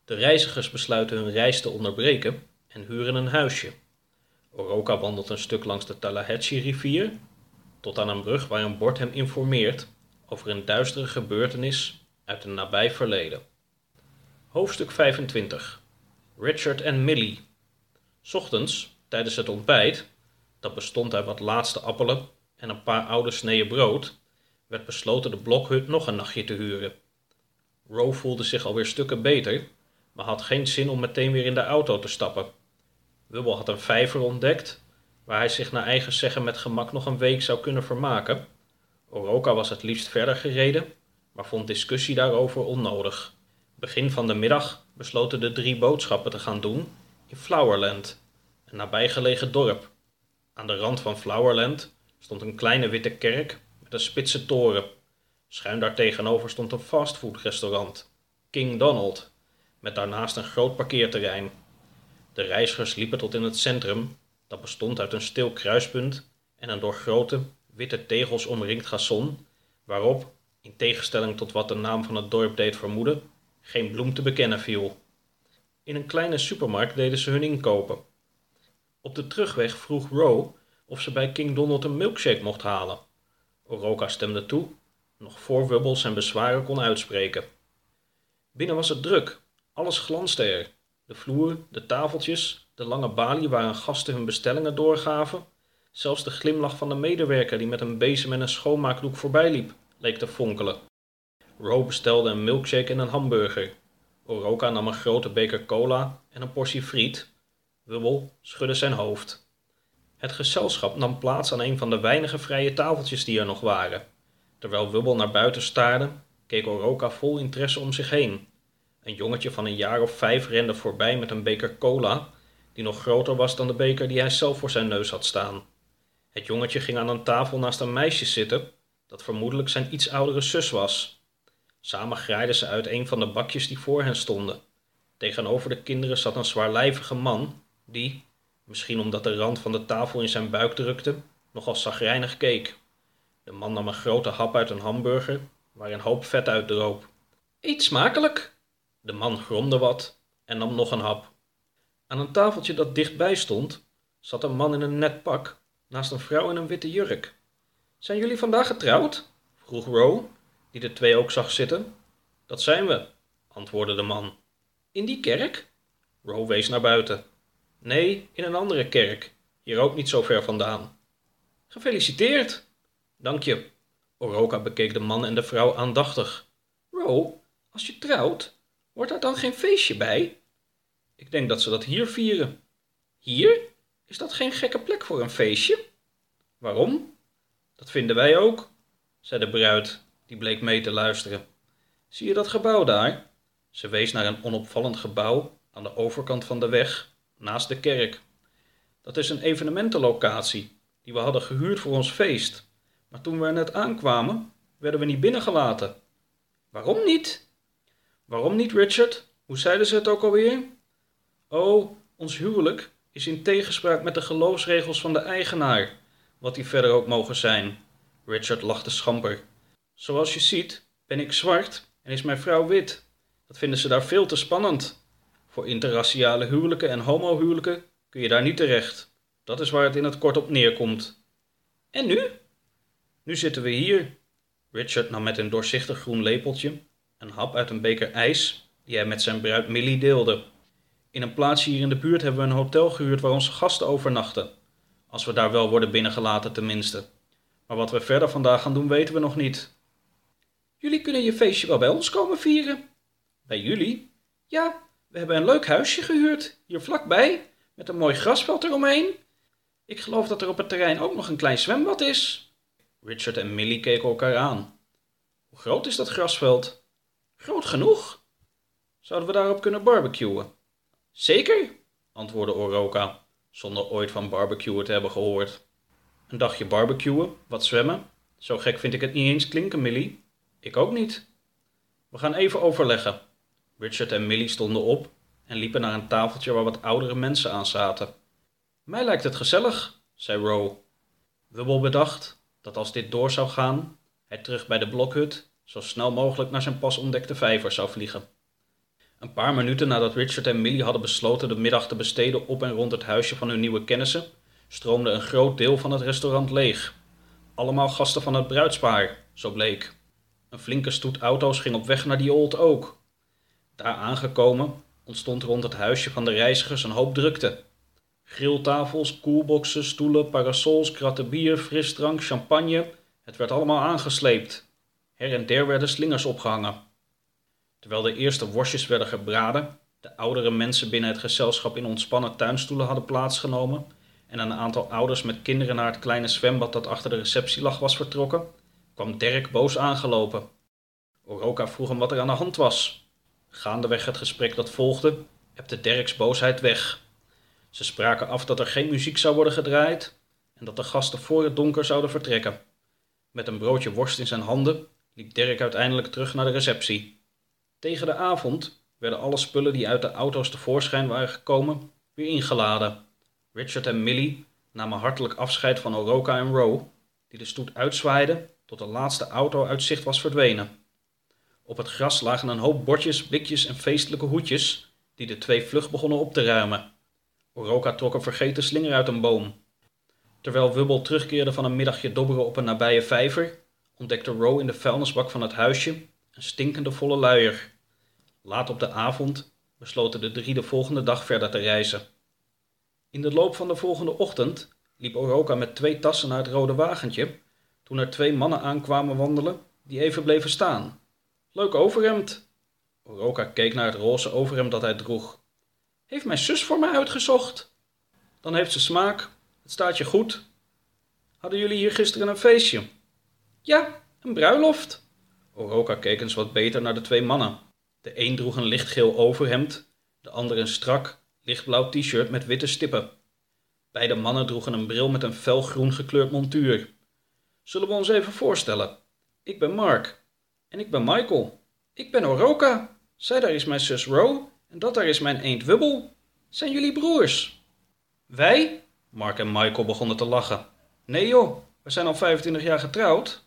De reizigers besluiten hun reis te onderbreken en huren een huisje. Oroka wandelt een stuk langs de Tallahatchie-rivier tot aan een brug waar een bord hem informeert over een duistere gebeurtenis uit een nabij verleden. Hoofdstuk 25. Richard en Millie. 's Ochtends, tijdens het ontbijt, dat bestond uit wat laatste appelen en een paar oude sneeën brood, werd besloten de blokhut nog een nachtje te huren. Roe voelde zich alweer stukken beter, maar had geen zin om meteen weer in de auto te stappen. Wubble had een vijver ontdekt, waar hij zich naar eigen zeggen met gemak nog een week zou kunnen vermaken. Oroka was het liefst verder gereden, maar vond discussie daarover onnodig. Begin van de middag besloten de 3 boodschappen te gaan doen in Flowerland, een nabijgelegen dorp. Aan de rand van Flowerland stond een kleine witte kerk met een spitse toren. Schuin daartegenover stond een fastfoodrestaurant, King Donald, met daarnaast een groot parkeerterrein. De reizigers liepen tot in het centrum, dat bestond uit een stil kruispunt en een door grote, witte tegels omringd gazon, waarop, in tegenstelling tot wat de naam van het dorp deed vermoeden, geen bloem te bekennen viel. In een kleine supermarkt deden ze hun inkopen. Op de terugweg vroeg Roe of ze bij King Donald een milkshake mocht halen. Oroka stemde toe, nog voor Wubble zijn bezwaren kon uitspreken. Binnen was het druk, alles glansde er. De vloer, de tafeltjes, de lange balie waar gasten hun bestellingen doorgaven, zelfs de glimlach van de medewerker die met een bezem en een schoonmaakdoek voorbij liep, leek te fonkelen. Roe bestelde een milkshake en een hamburger. Oroka nam een grote beker cola en een portie friet. Wubble schudde zijn hoofd. Het gezelschap nam plaats aan een van de weinige vrije tafeltjes die er nog waren. Terwijl Wubble naar buiten staarde, keek Oroka vol interesse om zich heen. Een jongetje van een jaar of 5 rende voorbij met een beker cola, die nog groter was dan de beker die hij zelf voor zijn neus had staan. Het jongetje ging aan een tafel naast een meisje zitten, dat vermoedelijk zijn iets oudere zus was. Samen graaiden ze uit een van de bakjes die voor hen stonden. Tegenover de kinderen zat een zwaarlijvige man, die, misschien omdat de rand van de tafel in zijn buik drukte, nogal chagrijnig keek. De man nam een grote hap uit een hamburger, waar een hoop vet uit droop. Eet smakelijk! De man gromde wat en nam nog een hap. Aan een tafeltje dat dichtbij stond, zat een man in een net pak naast een vrouw in een witte jurk. Zijn jullie vandaag getrouwd? Vroeg Roe, die de 2 ook zag zitten. Dat zijn we, antwoordde de man. In die kerk? Roe wees naar buiten. Nee, in een andere kerk, hier ook niet zo ver vandaan. Gefeliciteerd! Dank je. Oroka bekeek de man en de vrouw aandachtig. Roe, als je trouwt, hoort daar dan geen feestje bij? Ik denk dat ze dat hier vieren. Hier? Is dat geen gekke plek voor een feestje? Waarom? Dat vinden wij ook, zei de bruid, die bleek mee te luisteren. Zie je dat gebouw daar? Ze wees naar een onopvallend gebouw aan de overkant van de weg, naast de kerk. Dat is een evenementenlocatie die we hadden gehuurd voor ons feest. Maar toen we er net aankwamen, werden we niet binnengelaten. Waarom niet? Waarom niet, Richard? Hoe zeiden ze het ook alweer? Oh, ons huwelijk is in tegenspraak met de geloofsregels van de eigenaar, wat die verder ook mogen zijn. Richard lachte schamper. Zoals je ziet, ben ik zwart en is mijn vrouw wit. Dat vinden ze daar veel te spannend. Voor interraciale huwelijken en homohuwelijken kun je daar niet terecht. Dat is waar het in het kort op neerkomt. En nu? Nu zitten we hier. Richard nam met een doorzichtig groen lepeltje een hap uit een beker ijs die hij met zijn bruid Millie deelde. In een plaatsje hier in de buurt hebben we een hotel gehuurd waar onze gasten overnachten. Als we daar wel worden binnengelaten tenminste. Maar wat we verder vandaag gaan doen weten we nog niet. Jullie kunnen je feestje wel bij ons komen vieren. Bij jullie? Ja, we hebben een leuk huisje gehuurd, hier vlakbij, met een mooi grasveld eromheen. Ik geloof dat er op het terrein ook nog een klein zwembad is. Richard en Millie keken elkaar aan. Hoe groot is dat grasveld? Groot genoeg. Zouden we daarop kunnen barbecuen? Zeker, antwoordde Oroka, zonder ooit van barbecuen te hebben gehoord. Een dagje barbecuen, wat zwemmen. Zo gek vind ik het niet eens klinken, Millie. Ik ook niet. We gaan even overleggen. Richard en Millie stonden op en liepen naar een tafeltje waar wat oudere mensen aan zaten. Mij lijkt het gezellig, zei Roe. Wubble bedacht dat als dit door zou gaan, hij terug bij de blokhut zo snel mogelijk naar zijn pas ontdekte vijver zou vliegen. Een paar minuten nadat Richard en Millie hadden besloten de middag te besteden op en rond het huisje van hun nieuwe kennissen, stroomde een groot deel van het restaurant leeg. Allemaal gasten van het bruidspaar, zo bleek. Een flinke stoet auto's ging op weg naar die Old Oak. Daar aangekomen ontstond rond het huisje van de reizigers een hoop drukte. Grilltafels, koelboxen, stoelen, parasols, kratten bier, frisdrank, champagne, het werd allemaal aangesleept. Her en der werden slingers opgehangen. Terwijl de eerste worstjes werden gebraden, de oudere mensen binnen het gezelschap in ontspannen tuinstoelen hadden plaatsgenomen en een aantal ouders met kinderen naar het kleine zwembad dat achter de receptie lag was vertrokken, kwam Derek boos aangelopen. Oroka vroeg hem wat er aan de hand was. Gaandeweg het gesprek dat volgde, ebde Dereks boosheid weg. Ze spraken af dat er geen muziek zou worden gedraaid en dat de gasten voor het donker zouden vertrekken. Met een broodje worst in zijn handen liep Derek uiteindelijk terug naar de receptie. Tegen de avond werden alle spullen die uit de auto's tevoorschijn waren gekomen weer ingeladen. Richard en Millie namen hartelijk afscheid van Oroka en Roe, die de stoet uitzwaaide tot de laatste auto uit zicht was verdwenen. Op het gras lagen een hoop bordjes, blikjes en feestelijke hoedjes, die de twee vlug begonnen op te ruimen. Oroka trok een vergeten slinger uit een boom. Terwijl Wubbel terugkeerde van een middagje dobberen op een nabije vijver, ontdekte Roe in de vuilnisbak van het huisje een stinkende volle luier. Laat op de avond besloten de drie de volgende dag verder te reizen. In de loop van de volgende ochtend liep Oroka met 2 tassen naar het rode wagentje, toen er 2 mannen aankwamen wandelen die even bleven staan. Leuk overhemd. Oroka keek naar het roze overhemd dat hij droeg. Heeft mijn zus voor mij uitgezocht? Dan heeft ze smaak. Het staat je goed. Hadden jullie hier gisteren een feestje? Ja, een bruiloft. Oroka keek eens wat beter naar de 2 mannen. De een droeg een lichtgeel overhemd, de ander een strak, lichtblauw t-shirt met witte stippen. Beide mannen droegen een bril met een felgroen gekleurd montuur. Zullen we ons even voorstellen? Ik ben Mark. En ik ben Michael. Ik ben Oroka. Zij daar is mijn zus Roe en dat daar is mijn eend Wubbel. Zijn jullie broers? Wij? Mark en Michael begonnen te lachen. Nee joh, we zijn al 25 jaar getrouwd.